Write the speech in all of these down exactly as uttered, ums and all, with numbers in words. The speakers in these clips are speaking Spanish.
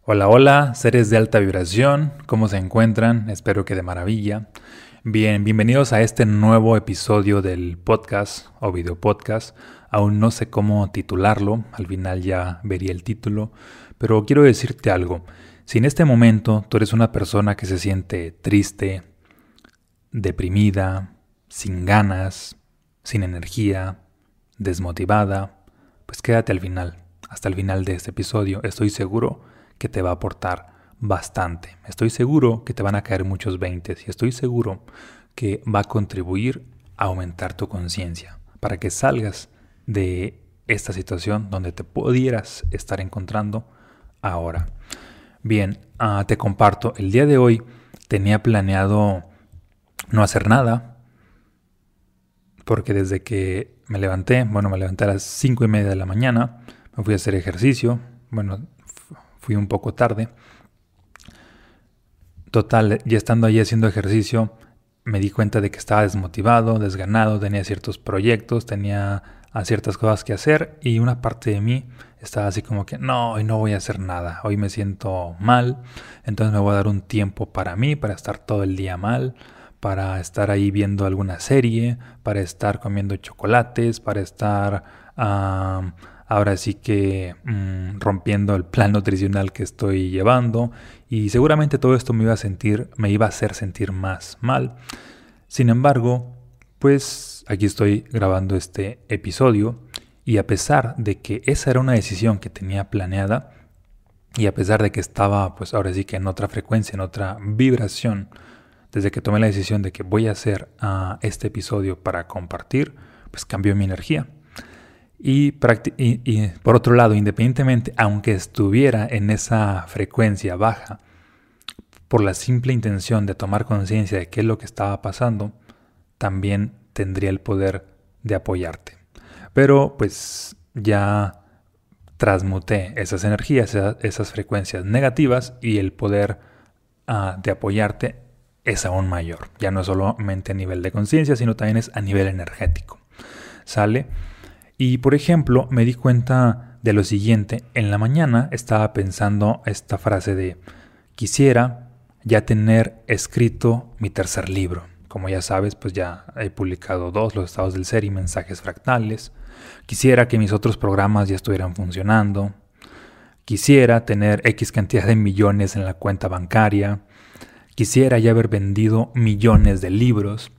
Hola, hola, seres de alta vibración, ¿cómo se encuentran? Espero que de maravilla. Bien, bienvenidos a este nuevo episodio del podcast o video podcast. Aún no sé cómo titularlo, al final ya vería el título, pero quiero decirte algo. Si en este momento tú eres una persona que se siente triste, deprimida, sin ganas, sin energía, desmotivada, pues quédate al final, hasta el final de este episodio. Estoy seguro que te va a aportar bastante. Estoy seguro que te van a caer muchos veintes y estoy seguro que va a contribuir a aumentar tu conciencia para que salgas de esta situación donde te pudieras estar encontrando ahora. Bien, uh, te comparto. El día de hoy tenía planeado no hacer nada porque desde que me levanté, bueno, me levanté a las cinco y media de la mañana, me fui a hacer ejercicio. Bueno, fui un poco tarde. Total, ya estando allí haciendo ejercicio, me di cuenta de que estaba desmotivado, desganado, tenía ciertos proyectos, tenía ciertas cosas que hacer y una parte de mí estaba así como que no, hoy no voy a hacer nada, hoy me siento mal, entonces me voy a dar un tiempo para mí, para estar todo el día mal, para estar ahí viendo alguna serie, para estar comiendo chocolates, para estar... Uh, ahora sí que mmm, rompiendo el plan nutricional que estoy llevando y seguramente todo esto me iba a sentir, me iba a hacer sentir más mal. Sin embargo, pues aquí estoy grabando este episodio y a pesar de que esa era una decisión que tenía planeada y a pesar de que estaba pues ahora sí que en otra frecuencia, en otra vibración, desde que tomé la decisión de que voy a hacer uh, este episodio para compartir, pues cambió mi energía. Y, y, y por otro lado, independientemente, aunque estuviera en esa frecuencia baja, por la simple intención de tomar conciencia de qué es lo que estaba pasando, también tendría el poder de apoyarte. Pero pues ya transmuté esas energías, esas, esas frecuencias negativas y el poder uh, de apoyarte es aún mayor. Ya no es solamente a nivel de conciencia, sino también es a nivel energético. ¿Sale? Y por ejemplo, me di cuenta de lo siguiente. En la mañana estaba pensando esta frase de quisiera ya tener escrito mi tercer libro. Como ya sabes, pues ya he publicado dos, Los estados del ser y Mensajes fractales. Quisiera que mis otros programas ya estuvieran funcionando. Quisiera tener X cantidad de millones en la cuenta bancaria. Quisiera ya haber vendido millones de libros.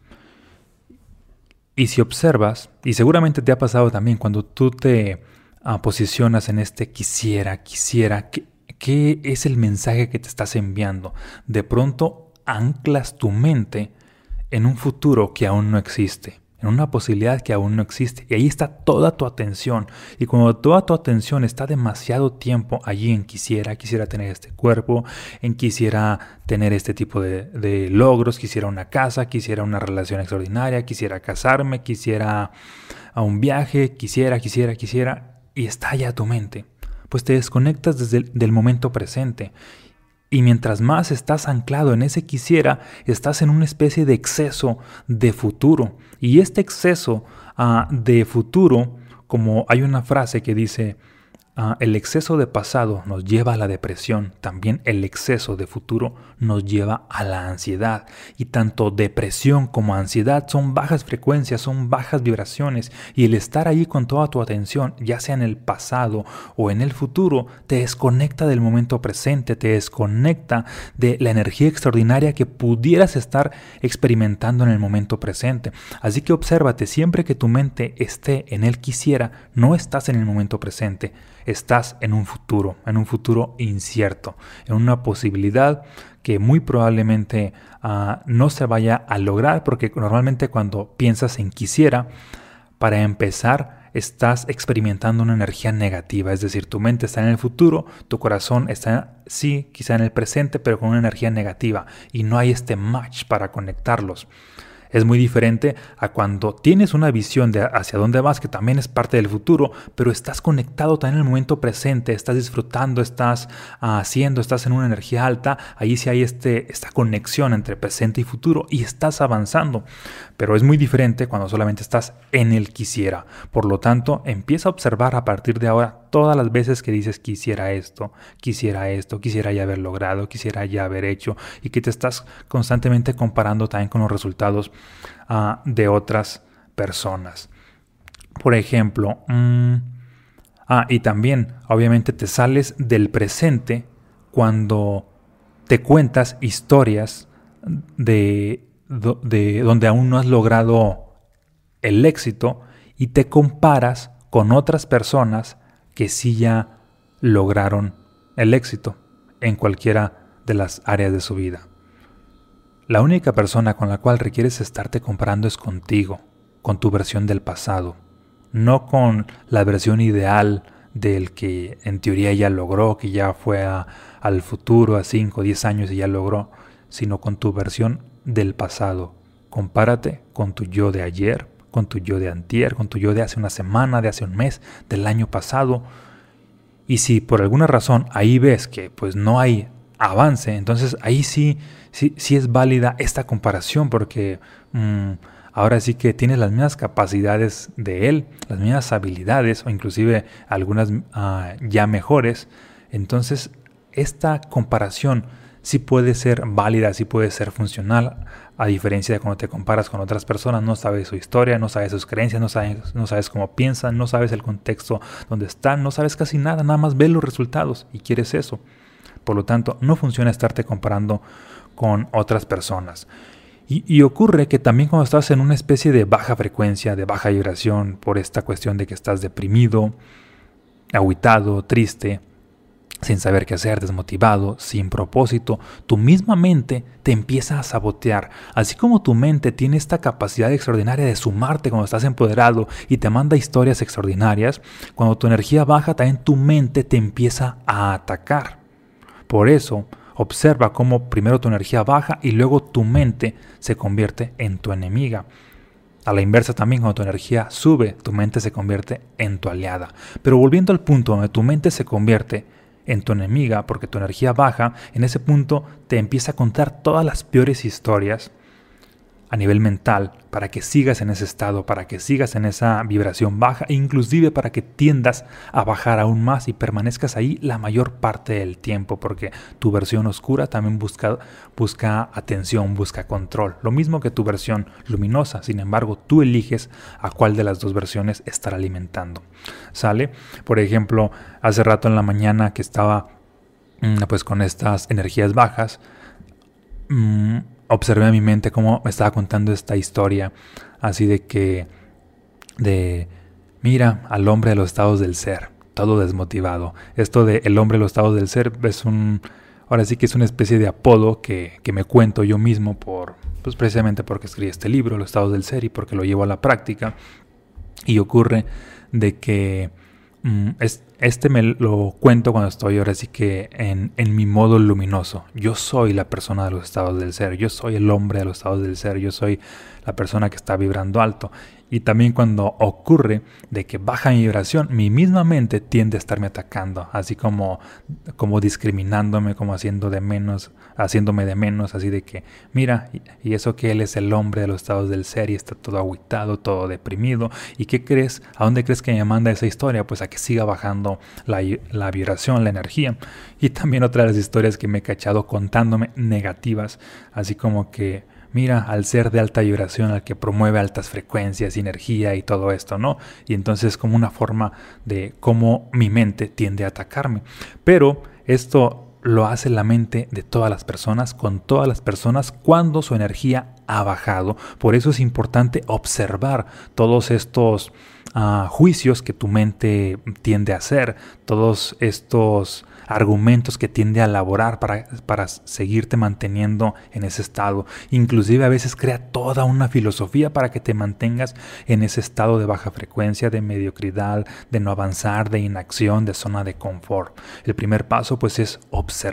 Y si observas, y seguramente te ha pasado también cuando tú te uh, posicionas en este quisiera, quisiera, ¿qué, ¿qué es el mensaje que te estás enviando? De pronto anclas tu mente en un futuro que aún no existe, en una posibilidad que aún no existe. Y ahí está toda tu atención. Y cuando toda tu atención está demasiado tiempo allí en quisiera, quisiera tener este cuerpo, en quisiera tener este tipo de, de logros, quisiera una casa, quisiera una relación extraordinaria, quisiera casarme, quisiera a un viaje, quisiera, quisiera, quisiera, y estalla tu mente, pues te desconectas desde el del momento presente. Y mientras más estás anclado en ese quisiera, estás en una especie de exceso de futuro. Y este exceso uh, de futuro, como hay una frase que dice, uh, el exceso de pasado nos lleva a la depresión, también el exceso de futuro nos lleva a la ansiedad. Y tanto depresión como ansiedad son bajas frecuencias, son bajas vibraciones. Y el estar ahí con toda tu atención, ya sea en el pasado o en el futuro, te desconecta del momento presente, te desconecta de la energía extraordinaria que pudieras estar experimentando en el momento presente. Así que obsérvate, siempre que tu mente esté en el quisiera, no estás en el momento presente, estás en un futuro, en un futuro incierto, en una posibilidad que muy probablemente uh, no se vaya a lograr, porque normalmente cuando piensas en quisiera, para empezar, estás experimentando una energía negativa, es decir, tu mente está en el futuro, tu corazón está, sí, quizá en el presente, pero con una energía negativa y no hay este match para conectarlos. Es muy diferente a cuando tienes una visión de hacia dónde vas, que también es parte del futuro, pero estás conectado también en el momento presente, estás disfrutando, estás uh, haciendo, estás en una energía alta. Ahí sí hay este, esta conexión entre presente y futuro y estás avanzando. Pero es muy diferente cuando solamente estás en el quisiera. Por lo tanto, empieza a observar a partir de ahora todas las veces que dices quisiera esto, quisiera esto, quisiera ya haber logrado, quisiera ya haber hecho, y que te estás constantemente comparando también con los resultados uh, de otras personas. Por ejemplo, mmm, ah, y también obviamente te sales del presente cuando te cuentas historias de, de donde aún no has logrado el éxito y te comparas con otras personas que sí ya lograron el éxito en cualquiera de las áreas de su vida. La única persona con la cual requieres estarte comparando es contigo, con tu versión del pasado, no con la versión ideal del que en teoría ya logró, que ya fue a, al futuro a cinco o diez años y ya logró, sino con tu versión del pasado. Compárate con tu yo de ayer, con tu yo de antier, con tu yo de hace una semana, de hace un mes, del año pasado. Y si por alguna razón ahí ves que pues no hay avance, entonces ahí sí, sí, sí es válida esta comparación, porque mmm, ahora sí que tienes las mismas capacidades de él, las mismas habilidades o inclusive algunas uh, ya mejores. Entonces esta comparación sí puede ser válida, sí puede ser funcional, a diferencia de cuando te comparas con otras personas. No sabes su historia, no sabes sus creencias, no sabes, no sabes cómo piensan, no sabes el contexto donde están, no sabes casi nada, nada más ves los resultados y quieres eso. Por lo tanto, no funciona estarte comparando con otras personas. Y, y ocurre que también cuando estás en una especie de baja frecuencia, de baja vibración, por esta cuestión de que estás deprimido, agüitado, triste, sin saber qué hacer, desmotivado, sin propósito, tu misma mente te empieza a sabotear. Así como tu mente tiene esta capacidad extraordinaria de sumarte cuando estás empoderado y te manda historias extraordinarias, cuando tu energía baja, también tu mente te empieza a atacar. Por eso, observa cómo primero tu energía baja y luego tu mente se convierte en tu enemiga. A la inversa también, cuando tu energía sube, tu mente se convierte en tu aliada. Pero volviendo al punto donde tu mente se convierte en tu enemiga, porque tu energía baja, en ese punto te empieza a contar todas las peores historias a nivel mental para que sigas en ese estado, para que sigas en esa vibración baja e inclusive para que tiendas a bajar aún más y permanezcas ahí la mayor parte del tiempo, porque tu versión oscura también busca, busca atención, busca control, lo mismo que tu versión luminosa. Sin embargo, tú eliges a cuál de las dos versiones estar alimentando. ¿Sale? Por ejemplo, hace rato en la mañana que estaba pues con estas energías bajas, mmm, observé a mi mente cómo me estaba contando esta historia, así de que, de, mira al hombre de los estados del ser, todo desmotivado. Esto de el hombre de los estados del ser es un, ahora sí que es una especie de apodo que, que me cuento yo mismo, por, pues precisamente porque escribí este libro, Los estados del ser, y porque lo llevo a la práctica. Y ocurre de que mm, es, este me lo cuento cuando estoy ahora sí que en, en mi modo luminoso. Yo soy la persona de los estados del ser, yo soy el hombre de los estados del ser, yo soy la persona que está vibrando alto. Y también cuando ocurre de que baja mi vibración, mi misma mente tiende a estarme atacando, así como, como discriminándome, como haciendo de menos, haciéndome de menos, así de que, mira, y, y eso que él es el hombre de los estados del ser y está todo agüitado, todo deprimido. ¿Y qué crees? ¿A dónde crees que me manda esa historia? Pues a que siga bajando la, la vibración, la energía. Y también otra de las historias que me he cachado contándome negativas, así como que, mira, al ser de alta vibración, al que promueve altas frecuencias, energía y todo esto, ¿no? Y entonces como una forma de cómo mi mente tiende a atacarme. Pero esto lo hace la mente de todas las personas, con todas las personas, cuando su energía ha bajado. Por eso es importante observar todos estos uh, juicios que tu mente tiende a hacer, todos estos argumentos que tiende a elaborar para, para seguirte manteniendo en ese estado. Inclusive a veces crea toda una filosofía para que te mantengas en ese estado de baja frecuencia, de mediocridad, de no avanzar, de inacción, de zona de confort. El primer paso pues es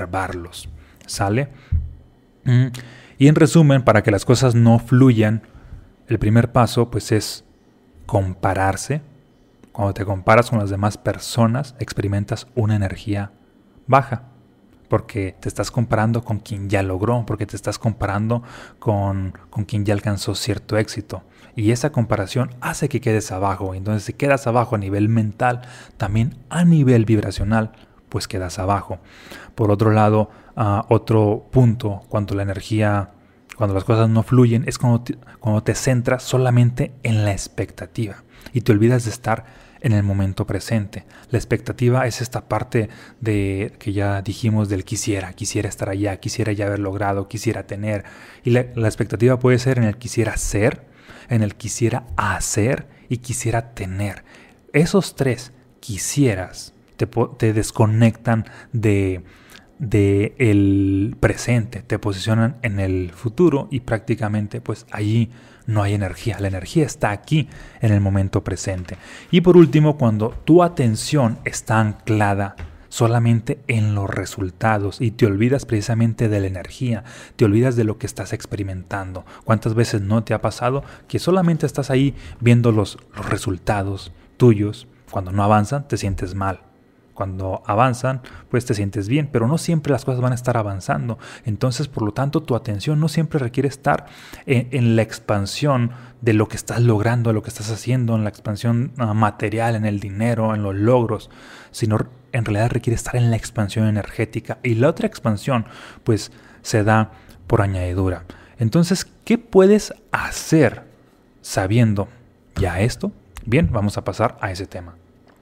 observarlos. ¿Sale? Mm. Y en resumen, para que las cosas no fluyan El primer paso pues es compararse. Cuando te comparas con las demás personas, experimentas una energía baja, porque te estás comparando con quien ya logró, porque te estás comparando con, con quien ya alcanzó cierto éxito. Y esa comparación hace que quedes abajo. Entonces, si quedas abajo a nivel mental, también a nivel vibracional, pues quedas abajo. Por otro lado, uh, otro punto, cuando la energía, cuando las cosas no fluyen, es cuando te, cuando te centras solamente en la expectativa y te olvidas de estar en el momento presente. La expectativa es esta parte de que ya dijimos del quisiera, quisiera estar allá, quisiera ya haber logrado, quisiera tener. Y la, la expectativa puede ser en el quisiera ser, en el quisiera hacer y quisiera tener. Esos tres quisieras te, te desconectan de, de el presente, te posicionan en el futuro y prácticamente pues allí no hay energía. La energía está aquí en el momento presente. Y por último, cuando tu atención está anclada solamente en los resultados y te olvidas precisamente de la energía, te olvidas de lo que estás experimentando. ¿Cuántas veces no te ha pasado que solamente estás ahí viendo los, los resultados tuyos? Cuando no avanzan, te sientes mal. Cuando avanzan, pues te sientes bien, pero no siempre las cosas van a estar avanzando. Entonces, por lo tanto, tu atención no siempre requiere estar en, en la expansión de lo que estás logrando, de lo que estás haciendo, en la expansión uh, material, en el dinero, en los logros, sino en realidad requiere estar en la expansión energética. Y la otra expansión, pues, se da por añadidura. Entonces, ¿qué puedes hacer sabiendo ya esto? Bien, vamos a pasar a ese tema.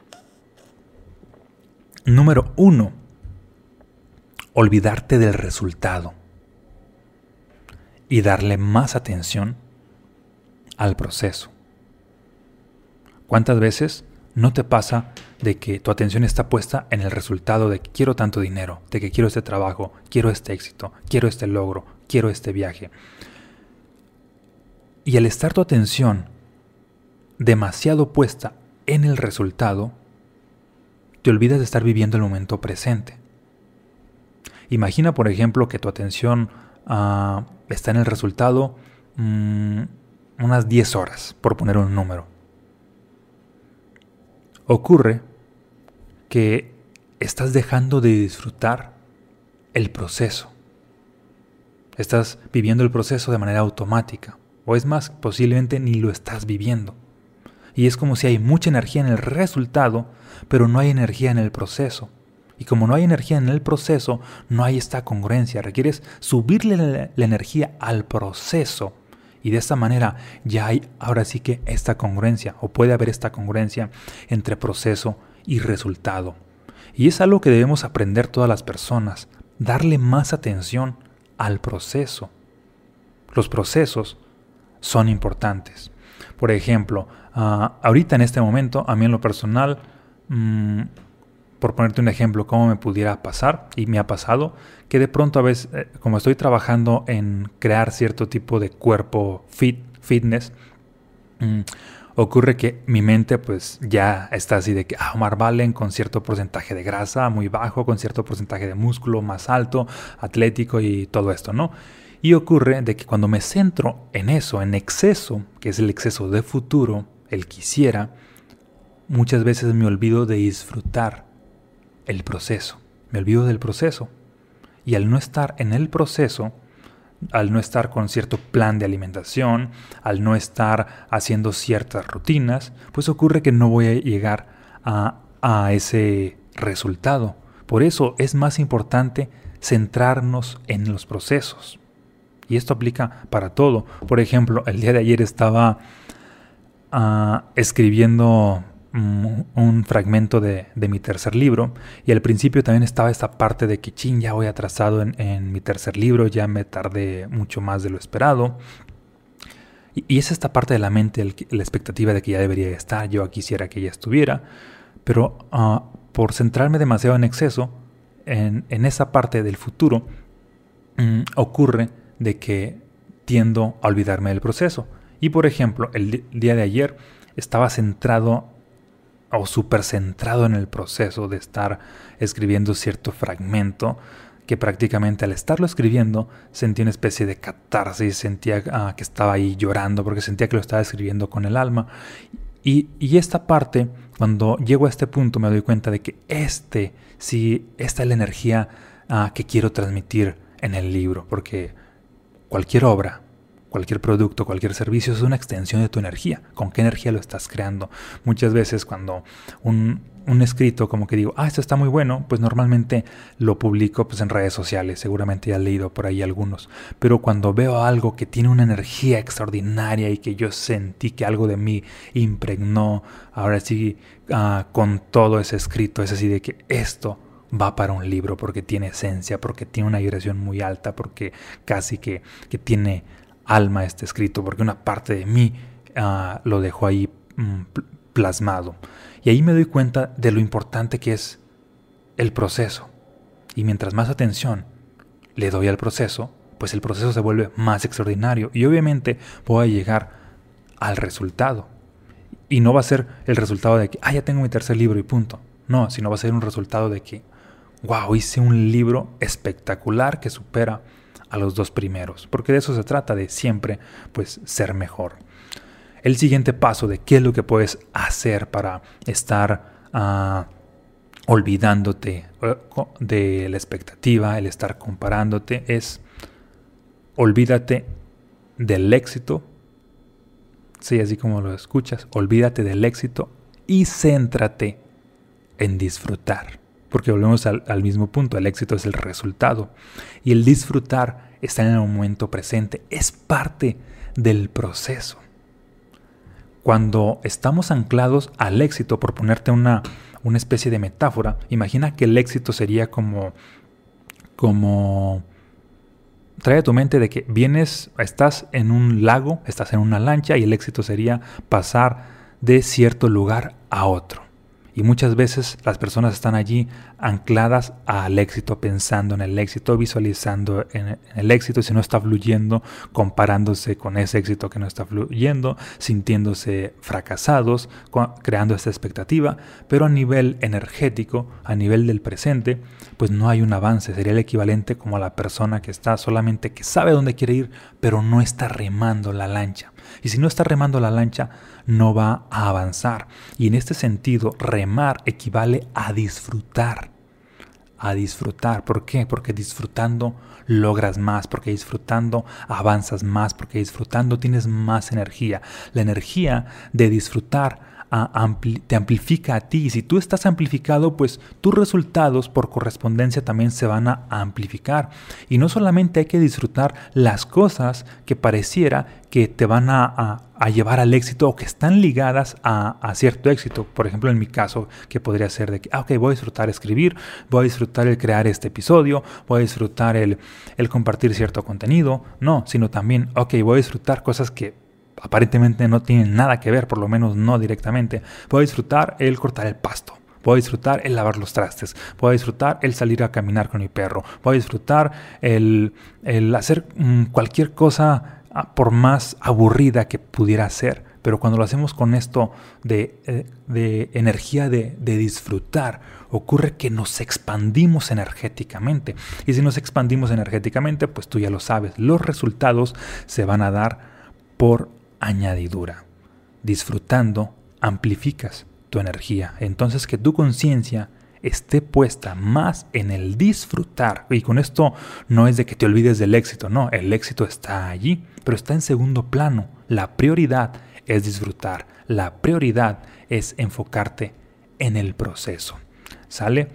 Número uno, olvidarte del resultado y darle más atención al proceso. ¿Cuántas veces no te pasa de que tu atención está puesta en el resultado de que quiero tanto dinero, de que quiero este trabajo, quiero este éxito, quiero este logro, quiero este viaje? Y al estar tu atención demasiado puesta en el resultado, te olvidas de estar viviendo el momento presente. Imagina, por ejemplo, que tu atención uh, está en el resultado um, unas diez horas, por poner un número. Ocurre que estás dejando de disfrutar el proceso. Estás viviendo el proceso de manera automática. O es más, posiblemente ni lo estás viviendo. Y es como si hay mucha energía en el resultado, pero no hay energía en el proceso. Y como no hay energía en el proceso, no hay esta congruencia. Requieres subirle la, la energía al proceso. Y de esta manera ya hay ahora sí que esta congruencia, o puede haber esta congruencia entre proceso y resultado. Y es algo que debemos aprender todas las personas, darle más atención al proceso. Los procesos son importantes. Por ejemplo, uh, ahorita en este momento, a mí en lo personal, mmm, por ponerte un ejemplo, cómo me pudiera pasar, y me ha pasado, que de pronto a veces, eh, como estoy trabajando en crear cierto tipo de cuerpo fit, fitness, mmm, ocurre que mi mente pues ya está así de que ah, Omar Valen con cierto porcentaje de grasa muy bajo, con cierto porcentaje de músculo más alto, atlético y todo esto, ¿no? Y ocurre de que cuando me centro en eso, en exceso, que es el exceso de futuro, el quisiera, muchas veces me olvido de disfrutar el proceso. Me olvido del proceso. Y al no estar en el proceso, al no estar con cierto plan de alimentación, al no estar haciendo ciertas rutinas, pues ocurre que no voy a llegar a, a ese resultado. Por eso es más importante centrarnos en los procesos. Y esto aplica para todo. Por ejemplo, el día de ayer estaba uh, escribiendo um, un fragmento de, de mi tercer libro. Y al principio también estaba esta parte de que, chin, ya voy atrasado en, en mi tercer libro. Ya me tardé mucho más de lo esperado. Y, y es esta parte de la mente, el, la expectativa de que ya debería estar. Yo quisiera que ya estuviera. Pero uh, por centrarme demasiado en exceso, en, en esa parte del futuro, um, ocurre de que tiendo a olvidarme del proceso. Y por ejemplo, el día de ayer estaba centrado o súper centrado en el proceso de estar escribiendo cierto fragmento que prácticamente al estarlo escribiendo sentía una especie de catarsis, sentía uh, que estaba ahí llorando porque sentía que lo estaba escribiendo con el alma. Y, y esta parte, cuando llego a este punto, me doy cuenta de que este, sí, esta es la energía uh, que quiero transmitir en el libro, porque cualquier obra, cualquier producto, cualquier servicio es una extensión de tu energía. ¿Con qué energía lo estás creando? Muchas veces cuando un, un escrito como que digo, ah, esto está muy bueno, pues normalmente lo publico pues en redes sociales. Seguramente ya has leído por ahí algunos. Pero cuando veo algo que tiene una energía extraordinaria y que yo sentí que algo de mí impregnó, ahora sí, uh, con todo ese escrito, es así de que esto va para un libro porque tiene esencia, porque tiene una vibración muy alta, porque casi que, que tiene alma este escrito, porque una parte de mí uh, lo dejó ahí um, plasmado. Y ahí me doy cuenta de lo importante que es el proceso. Y mientras más atención le doy al proceso, pues el proceso se vuelve más extraordinario. Y obviamente voy a llegar al resultado. Y no va a ser el resultado de que, ah, ya tengo mi tercer libro y punto. No, sino va a ser un resultado de que, wow, hice un libro espectacular que supera a los dos primeros, porque de eso se trata, de siempre pues ser mejor. El siguiente paso de qué es lo que puedes hacer para estar uh, olvidándote de la expectativa, el estar comparándote, es olvídate del éxito, sí, así como lo escuchas, olvídate del éxito y céntrate en disfrutar. Porque volvemos al, al mismo punto, el éxito es el resultado. Y el disfrutar está en el momento presente, es parte del proceso. Cuando estamos anclados al éxito, por ponerte una, una especie de metáfora, imagina que el éxito sería como, como, trae a tu mente de que vienes, estás en un lago, estás en una lancha y el éxito sería pasar de cierto lugar a otro. Y muchas veces las personas están allí ancladas al éxito, pensando en el éxito, visualizando en el éxito, y si no está fluyendo, comparándose con ese éxito que no está fluyendo, sintiéndose fracasados, creando esta expectativa. Pero a nivel energético, a nivel del presente, pues no hay un avance. Sería el equivalente como a la persona que está solamente, que sabe dónde quiere ir, pero no está remando la lancha. Y si no está remando la lancha, no va a avanzar. Y en este sentido, remar equivale a disfrutar. A disfrutar. ¿Por qué? Porque disfrutando logras más, porque disfrutando avanzas más, porque disfrutando tienes más energía. La energía de disfrutar Ampli- te amplifica a ti, y si tú estás amplificado, pues tus resultados por correspondencia también se van a amplificar. Y no solamente hay que disfrutar las cosas que pareciera que te van a, a, a llevar al éxito o que están ligadas a, a cierto éxito. Por ejemplo, en mi caso, que podría ser de que, ah, ok, voy a disfrutar escribir, voy a disfrutar el crear este episodio, voy a disfrutar el, el compartir cierto contenido. No, sino también, ok, voy a disfrutar cosas que aparentemente no tienen nada que ver, por lo menos no directamente. Puedo disfrutar el cortar el pasto, puedo disfrutar el lavar los trastes, puedo disfrutar el salir a caminar con mi perro, puedo disfrutar el, el hacer mmm, cualquier cosa, por más aburrida que pudiera ser. Pero cuando lo hacemos con esto de, eh, de energía de, de disfrutar, ocurre que nos expandimos energéticamente. Y si nos expandimos energéticamente, pues tú ya lo sabes, los resultados se van a dar por añadidura. Disfrutando, amplificas tu energía. Entonces, que tu conciencia esté puesta más en el disfrutar. Y con esto no es de que te olvides del éxito, no, el éxito está allí, pero está en segundo plano. La prioridad es disfrutar. La prioridad es enfocarte en el proceso. ¿Sale?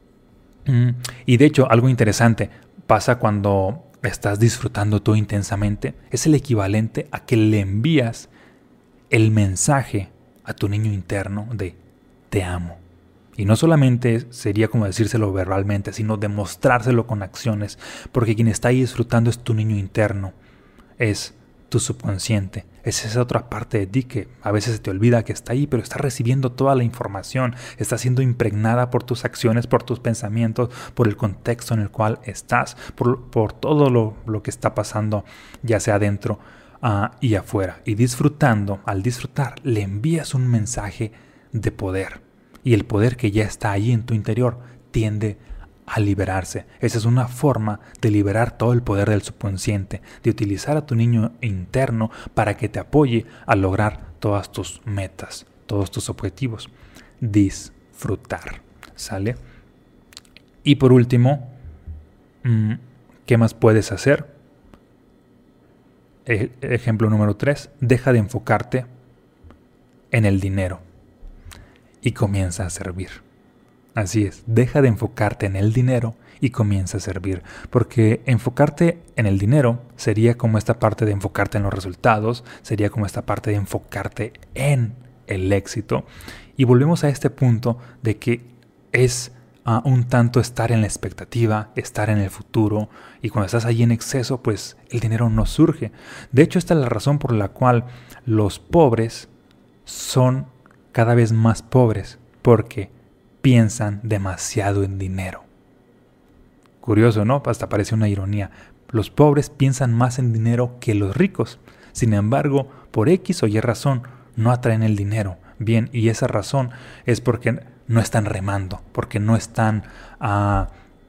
Y de hecho, algo interesante pasa cuando estás disfrutando tú intensamente. Es el equivalente a que le envías el mensaje a tu niño interno de te amo. Y no solamente sería como decírselo verbalmente, sino demostrárselo con acciones, porque quien está ahí disfrutando es tu niño interno, es tu subconsciente, es esa otra parte de ti que a veces se te olvida que está ahí, pero está recibiendo toda la información, está siendo impregnada por tus acciones, por tus pensamientos, por el contexto en el cual estás, por, por todo lo, lo que está pasando, ya sea adentro uh, y afuera. Y disfrutando, al disfrutar, le envías un mensaje de poder. Y el poder que ya está ahí en tu interior tiende a liberarse. Esa es una forma de liberar todo el poder del subconsciente, de utilizar a tu niño interno para que te apoye a lograr todas tus metas, todos tus objetivos. Disfrutar, ¿sale? Y por último, ¿qué más puedes hacer? Ejemplo número tres, deja de enfocarte en el dinero y comienza a servir. Así es, deja de enfocarte en el dinero y comienza a servir. Porque enfocarte en el dinero sería como esta parte de enfocarte en los resultados, sería como esta parte de enfocarte en el éxito. Y volvemos a este punto de que es uh, un tanto estar en la expectativa, estar en el futuro. Y cuando estás ahí en exceso, pues el dinero no surge. De hecho, esta es la razón por la cual los pobres son cada vez más pobres. Porque piensan demasiado en dinero. Curioso, ¿no? Hasta parece una ironía. Los pobres piensan más en dinero que los ricos. Sin embargo, por X o Y razón, no atraen el dinero. Bien, y esa razón es porque no están remando, porque no están uh,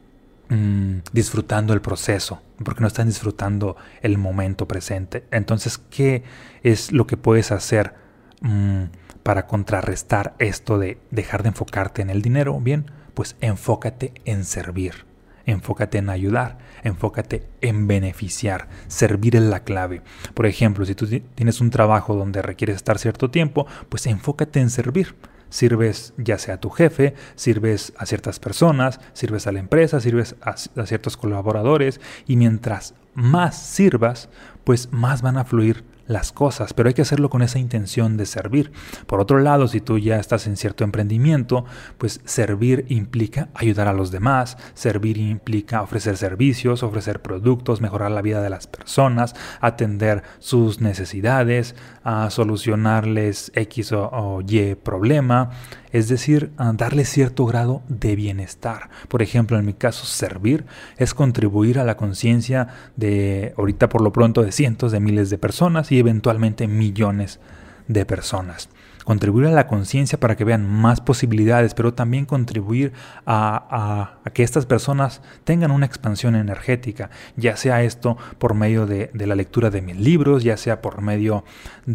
mm, disfrutando el proceso, porque no están disfrutando el momento presente. Entonces, ¿qué es lo que puedes hacer Mm, para contrarrestar esto de dejar de enfocarte en el dinero? Bien, pues enfócate en servir, enfócate en ayudar, enfócate en beneficiar. Servir es la clave. Por ejemplo, si tú tienes un trabajo donde requieres estar cierto tiempo, pues enfócate en servir. Sirves ya sea a tu jefe, sirves a ciertas personas, sirves a la empresa, sirves a, a ciertos colaboradores, y mientras más sirvas, pues más van a fluir las cosas, pero hay que hacerlo con esa intención de servir. Por otro lado, si tú ya estás en cierto emprendimiento, pues servir implica ayudar a los demás, servir implica ofrecer servicios, ofrecer productos, mejorar la vida de las personas, atender sus necesidades, a solucionarles X o, o Y problema, es decir, a darle cierto grado de bienestar. Por ejemplo, en mi caso, servir es contribuir a la conciencia de, ahorita por lo pronto, de cientos de miles de personas y eventualmente millones de personas. Contribuir a la conciencia para que vean más posibilidades, pero también contribuir a, a, a que estas personas tengan una expansión energética, ya sea esto por medio de, de la lectura de mis libros, ya sea por medio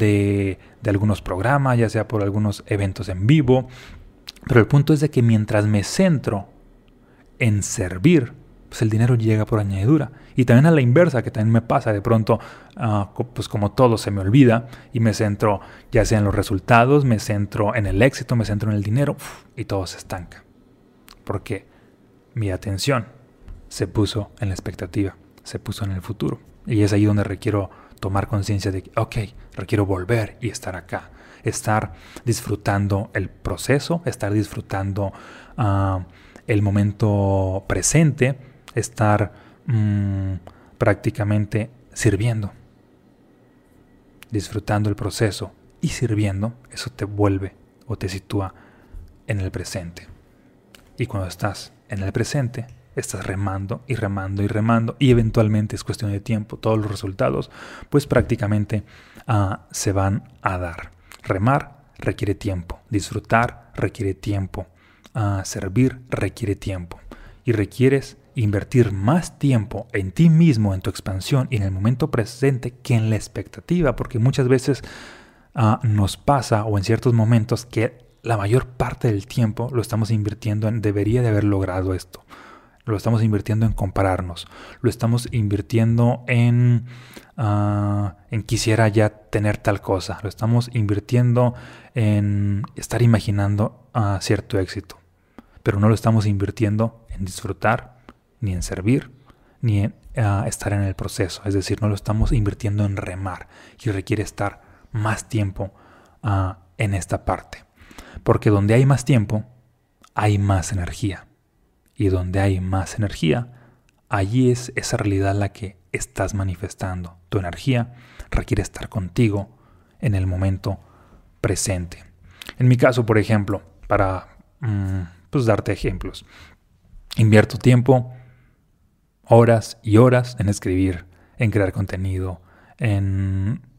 de, de algunos programas, ya sea por algunos eventos en vivo. Pero el punto es de que mientras me centro en servir, pues el dinero llega por añadidura. Y también a la inversa, que también me pasa, de pronto, uh, pues como todo se me olvida y me centro ya sea en los resultados, me centro en el éxito, me centro en el dinero, uf, y todo se estanca. Porque mi atención se puso en la expectativa, se puso en el futuro. Y es ahí donde requiero tomar conciencia de que, ok, requiero volver y estar acá. Estar disfrutando el proceso, estar disfrutando uh, el momento presente, estar mmm, prácticamente sirviendo, disfrutando el proceso y sirviendo. Eso te vuelve o te sitúa en el presente. Y cuando estás en el presente, estás remando y remando y remando, y eventualmente es cuestión de tiempo. Todos los resultados pues prácticamente uh, se van a dar. Remar requiere tiempo, disfrutar requiere tiempo, uh, servir requiere tiempo, y requieres invertir más tiempo en ti mismo, en tu expansión y en el momento presente que en la expectativa, porque muchas veces uh, nos pasa, o en ciertos momentos, que la mayor parte del tiempo lo estamos invirtiendo en debería de haber logrado esto. Lo estamos invirtiendo en compararnos, lo estamos invirtiendo en, uh, en quisiera ya tener tal cosa, lo estamos invirtiendo en estar imaginando uh, cierto éxito, pero no lo estamos invirtiendo en disfrutar, ni en servir, ni en uh, estar en el proceso. Es decir, no lo estamos invirtiendo en remar, y requiere estar más tiempo uh, en esta parte, porque donde hay más tiempo, hay más energía. Y donde hay más energía, allí es esa realidad la que estás manifestando. Tu energía requiere estar contigo en el momento presente. En mi caso, por ejemplo, para mmm, pues darte ejemplos, invierto tiempo, horas y horas en escribir, en crear contenido, en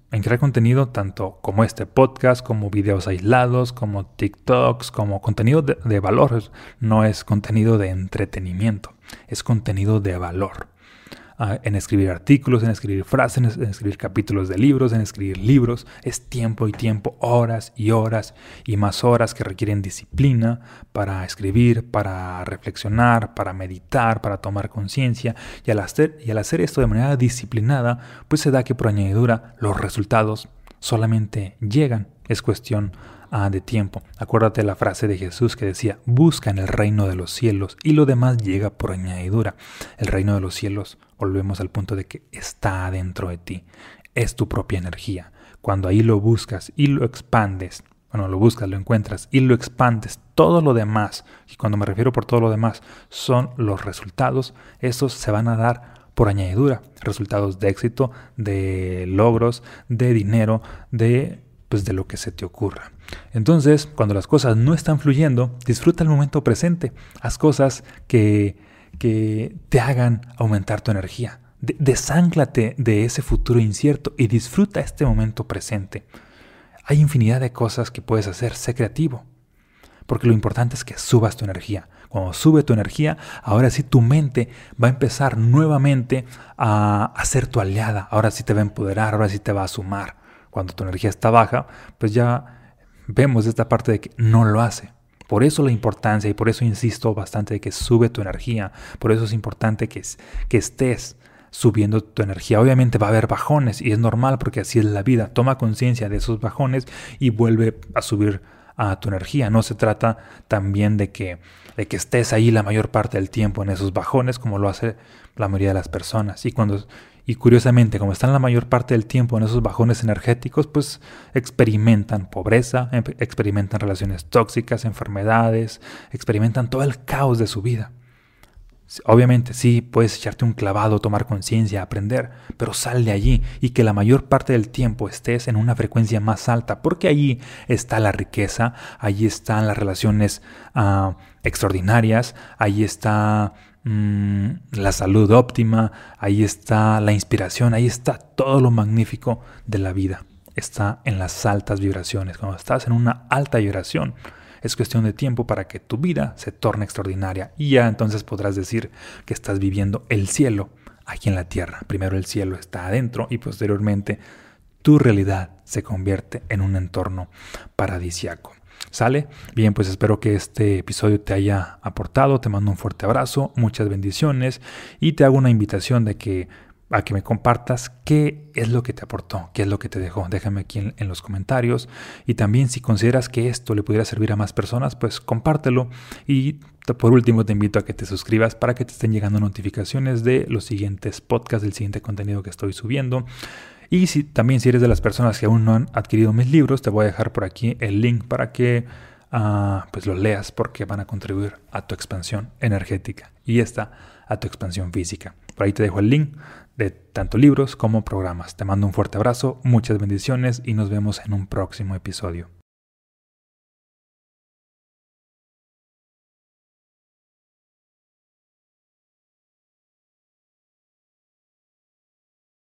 en crear contenido tanto como este podcast, como videos aislados, como TikToks, como contenido de, de valor. No es contenido de entretenimiento, es contenido de valor. Uh, en escribir artículos, en escribir frases, en escribir capítulos de libros, en escribir libros. Es tiempo y tiempo, horas y horas y más horas que requieren disciplina para escribir, para reflexionar, para meditar, para tomar conciencia. Y al hacer, y al hacer esto de manera disciplinada, pues se da que por añadidura los resultados solamente llegan. Es cuestión uh, de tiempo. Acuérdate de la frase de Jesús que decía, busca en el reino de los cielos y lo demás llega por añadidura. El reino de los cielos, volvemos al punto de que está dentro de ti. Es tu propia energía. Cuando ahí lo buscas y lo expandes, bueno, lo buscas, lo encuentras y lo expandes, todo lo demás, y cuando me refiero por todo lo demás, son los resultados, esos se van a dar por añadidura. Resultados de éxito, de logros, de dinero, de, pues, de lo que se te ocurra. Entonces, cuando las cosas no están fluyendo, disfruta el momento presente. Haz cosas que, que te hagan aumentar tu energía. De, desánclate de ese futuro incierto y disfruta este momento presente. Hay infinidad de cosas que puedes hacer. Sé creativo. Porque lo importante es que subas tu energía. Cuando sube tu energía, ahora sí tu mente va a empezar nuevamente a, a ser tu aliada. Ahora sí te va a empoderar, ahora sí te va a sumar. Cuando tu energía está baja, pues ya vemos esta parte de que no lo hace. Por eso la importancia y por eso insisto bastante de que sube tu energía. Por eso es importante que, que estés subiendo tu energía. Obviamente va a haber bajones y es normal porque así es la vida. Toma conciencia de esos bajones y vuelve a subir a tu energía. No se trata también de que, de que estés ahí la mayor parte del tiempo en esos bajones como lo hace la mayoría de las personas. Y cuando y curiosamente, como están la mayor parte del tiempo en esos bajones energéticos, pues experimentan pobreza, experimentan relaciones tóxicas, enfermedades, experimentan todo el caos de su vida. Obviamente sí, puedes echarte un clavado, tomar conciencia, aprender, pero sal de allí y que la mayor parte del tiempo estés en una frecuencia más alta, porque allí está la riqueza, allí están las relaciones uh, extraordinarias, allí está mmm, la salud óptima, ahí está la inspiración, ahí está todo lo magnífico de la vida. Está en las altas vibraciones. Cuando estás en una alta vibración, es cuestión de tiempo para que tu vida se torne extraordinaria y ya entonces podrás decir que estás viviendo el cielo aquí en la tierra. Primero el cielo está adentro y posteriormente tu realidad se convierte en un entorno paradisiaco. ¿Sale? Bien, pues espero que este episodio te haya aportado. Te mando un fuerte abrazo, muchas bendiciones y te hago una invitación de que a que me compartas qué es lo que te aportó, qué es lo que te dejó. Déjame aquí en, en los comentarios. Y también si consideras que esto le pudiera servir a más personas, pues compártelo. Y por último te invito a que te suscribas para que te estén llegando notificaciones de los siguientes podcasts, del siguiente contenido que estoy subiendo. Y si, también si eres de las personas que aún no han adquirido mis libros, te voy a dejar por aquí el link para que uh, pues los leas, porque van a contribuir a tu expansión energética y esta a tu expansión física. Por ahí te dejo el link de tanto libros como programas. Te mando un fuerte abrazo, muchas bendiciones y nos vemos en un próximo episodio.